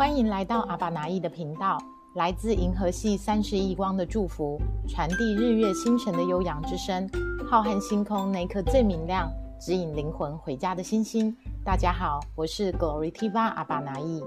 欢迎来到阿巴拿意的频道，来自银河系30亿光的祝福，传递日月星辰的悠扬之声，浩瀚星空那颗最明亮，指引灵魂回家的星星。大家好，我是 Glorytiva 阿巴拿意。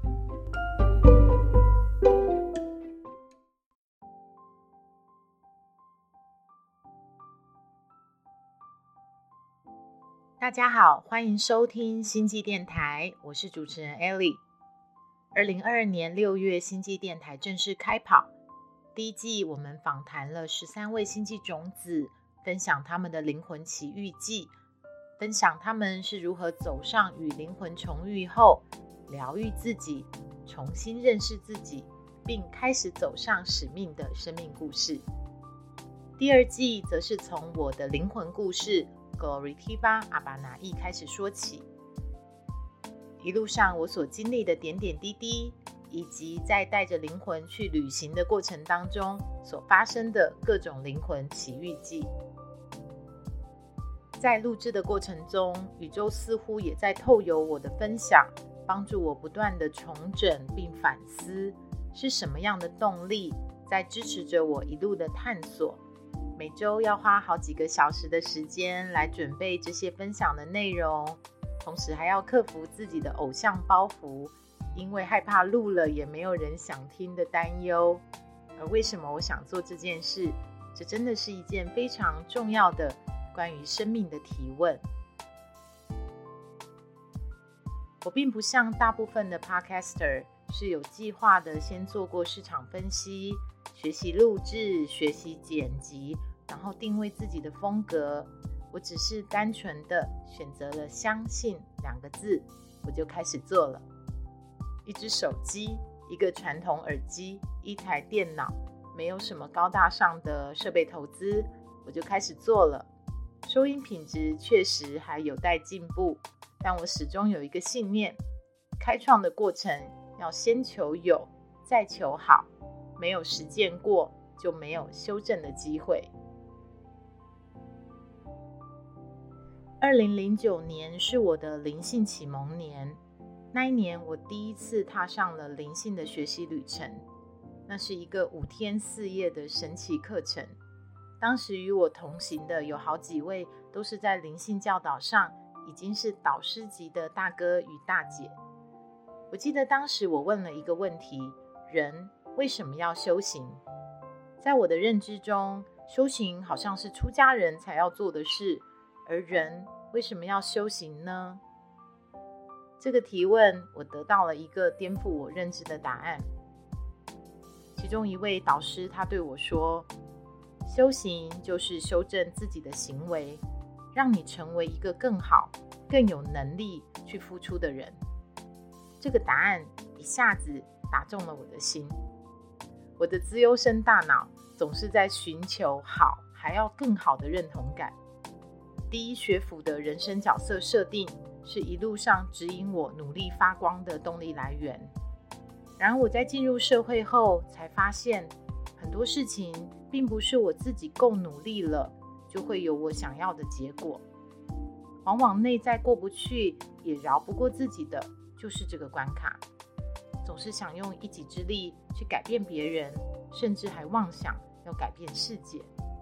大家好，欢迎收听星际电台，我是主持人 Ellie。2022年6月，星际电台正式开跑。第一季我们访谈了13位星际种子，分享他们的灵魂奇遇记，分享他们是如何走上与灵魂重遇后，疗愈自己，重新认识自己，并开始走上使命的生命故事。第二季则是从我的灵魂故事 Glorytiva 阿巴拿意开始说起，一路上我所经历的点点滴滴，以及在带着灵魂去旅行的过程当中所发生的各种灵魂奇遇记。在录制的过程中，宇宙似乎也在透由我的分享，帮助我不断的重整并反思，是什么样的动力在支持着我一路的探索。每周要花好几个小时的时间来准备这些分享的内容，同时还要克服自己的偶像包袱，因为害怕录了也没有人想听的担忧。而为什么我想做这件事？这真的是一件非常重要的关于生命的提问。我并不像大部分的 podcaster 是有计划的先做过市场分析，学习录制，学习剪辑，然后定位自己的风格。我只是单纯的选择了相信2个字，我就开始做了。一只手机，一个传统耳机，一台电脑，没有什么高大上的设备投资，我就开始做了。收音品质确实还有待进步，但我始终有一个信念，开创的过程要先求有，再求好，没有实践过，就没有修正的机会。2009年是我的灵性启蒙年，那一年我第一次踏上了灵性的学习旅程，那是一个5天4夜的神奇课程。当时与我同行的有好几位都是在灵性教导上已经是导师级的大哥与大姐。我记得当时我问了一个问题，人为什么要修行？在我的认知中，修行好像是出家人才要做的事，而人为什么要修行呢？这个提问我得到了一个颠覆我认知的答案。其中一位导师他对我说，修行就是修正自己的行为，让你成为一个更好更有能力去付出的人。这个答案一下子打中了我的心。我的资优生大脑总是在寻求好还要更好的认同感。第一学府的人生角色设定是一路上指引我努力发光的动力来源。然而我在进入社会后才发现，很多事情并不是我自己够努力了就会有我想要的结果。往往内在过不去也饶不过自己的就是这个关卡，总是想用一己之力去改变别人，甚至还妄想要改变世界。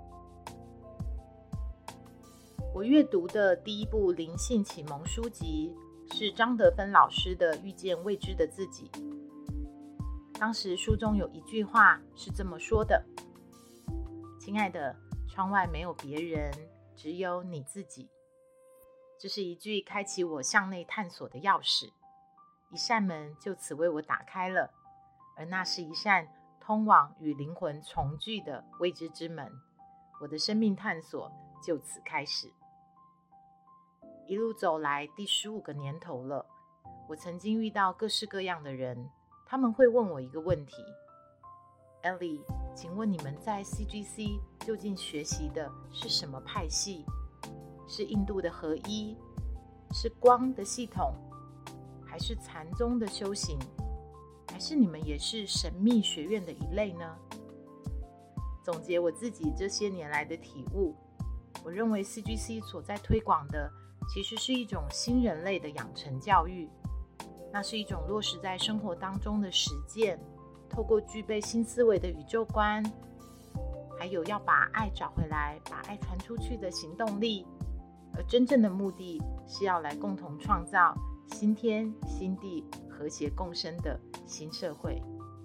我阅读的第一部灵性启蒙书籍是张德芬老师的《遇见未知的自己》。当时书中有一句话是这么说的：亲爱的，窗外没有别人，只有你自己。这是一句开启我向内探索的钥匙，一扇门就此为我打开了，而那是一扇通往与灵魂重聚的未知之门。我的生命探索就此开始。一路走来第15个年头了，我曾经遇到各式各样的人，他们会问我一个问题， Ellie， 请问你们在 CGC 究竟学习的是什么派系？是印度的合一？是光的系统？还是禅宗的修行？还是你们也是神秘学院的一类呢？总结我自己这些年来的体悟，我认为 CGC 所在推广的其实是一种新人类的养成教育。 那是一种落实在生活当中的实践，透过具备新思维的宇宙观，还有要把爱找回来，把爱传出去的行动力。而真正的目的是要来共同创造新天新地和谐共生的新社会。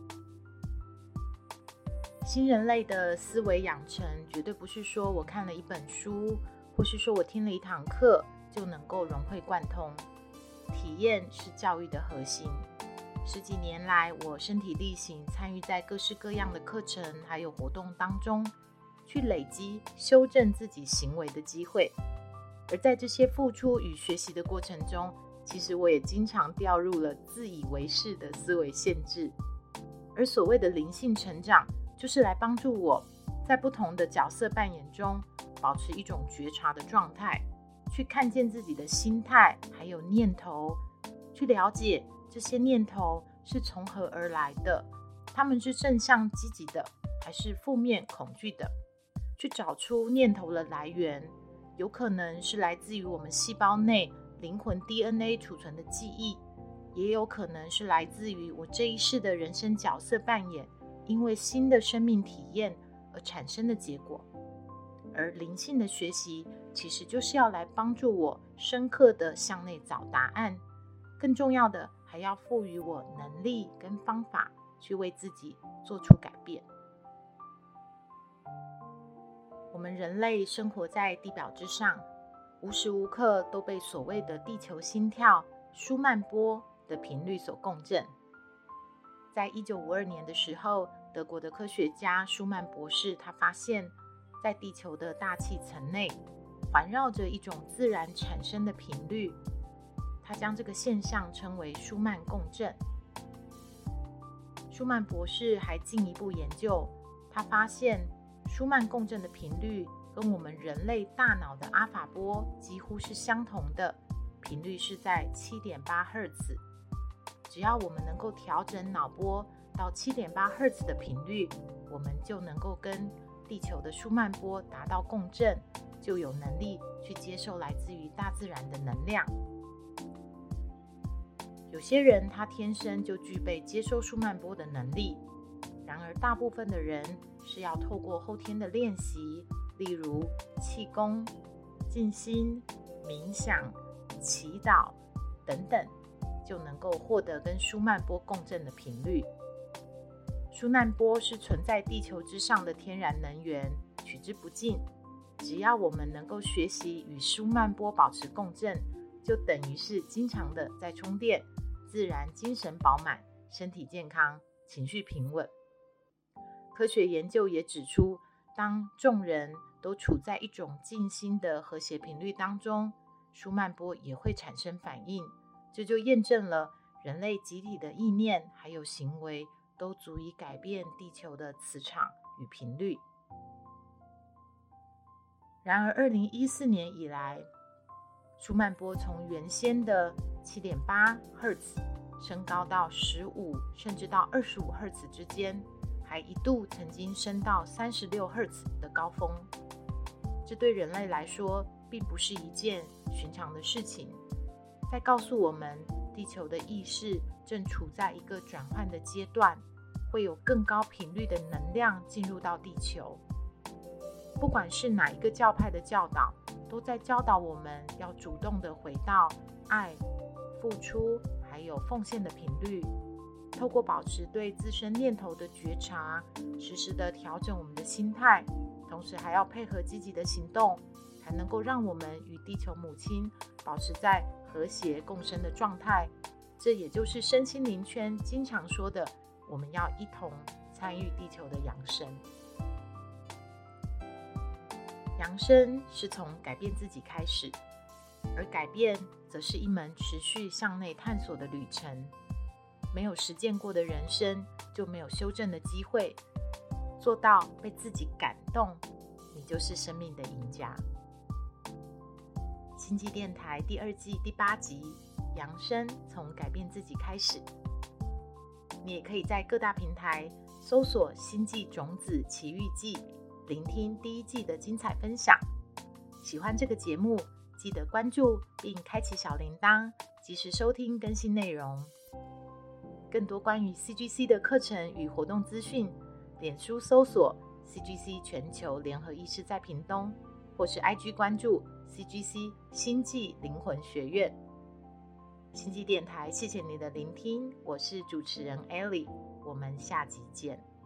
新人类的思维养成绝对不是说我看了一本书，或是说我听了一堂课就能够融会贯通。体验是教育的核心。10几年来，我身体力行参与在各式各样的课程还有活动当中，去累积修正自己行为的机会。而在这些付出与学习的过程中，其实我也经常掉入了自以为是的思维限制。而所谓的灵性成长，就是来帮助我在不同的角色扮演中保持一种觉察的状态，去看见自己的心态还有念头，去了解这些念头是从何而来的，它们是正向积极的还是负面恐惧的，去找出念头的来源。有可能是来自于我们细胞内灵魂 DNA 储存的记忆，也有可能是来自于我这一世的人生角色扮演，因为新的生命体验而产生的结果。而灵性的学习其实就是要来帮助我深刻的向内找答案，更重要的还要赋予我能力跟方法去为自己做出改变。我们人类生活在地表之上，无时无刻都被所谓的地球心跳舒曼波的频率所共振。在1952年的时候，德国的科学家舒曼博士他发现，在地球的大气层内环绕着一种自然产生的频率，他将这个现象称为舒曼共振。舒曼博士还进一步研究，他发现舒曼共振的频率跟我们人类大脑的阿法波几乎是相同的，频率是在 7.8 赫兹。只要我们能够调整脑波到 7.8 赫兹的频率，我们就能够跟地球的舒曼波达到共振，就有能力去接受来自于大自然的能量。有些人他天生就具备接收舒曼波的能力，然而大部分的人是要透过后天的练习，例如气功、静心、冥想、祈祷等等，就能够获得跟舒曼波共振的频率。舒曼波是存在地球之上的天然能源，取之不尽。只要我们能够学习与舒曼波保持共振，就等于是经常的在充电，自然精神饱满，身体健康，情绪平稳。科学研究也指出，当众人都处在一种静心的和谐频率当中，舒曼波也会产生反应。这就验证了人类集体的意念还有行为都足以改变地球的磁场与频率。然而2014年以来，舒曼波从原先的 7.8 赫兹升高到15甚至到25赫兹之间，还一度曾经升到36赫兹的高峰。这对人类来说并不是一件寻常的事情，在告诉我们地球的意识正处在一个转换的阶段，会有更高频率的能量进入到地球。不管是哪一个教派的教导，都在教导我们要主动的回到爱、付出还有奉献的频率，透过保持对自身念头的觉察，时时的调整我们的心态，同时还要配合积极的行动，才能够让我们与地球母亲保持在和谐共生的状态。这也就是身心灵圈经常说的，我们要一同参与地球的扬升。扬升是从改变自己开始，而改变则是一门持续向内探索的旅程。没有实践过的人生，就没有修正的机会。做到被自己感动，你就是生命的赢家。星际电台第2季第8集，扬升从改变自己开始。你也可以在各大平台搜索星际种子奇遇记，聆听第1季的精彩分享。喜欢这个节目，记得关注并开启小铃铛，及时收听更新内容。 更多关于 CGC 的课程与活动资讯，脸书搜索 CGC 全球联合意识在屏东，或是 IG 关注 CGC 星际灵魂学院。星际电台，谢谢你的聆听，我是主持人 Ellie，我们下集见。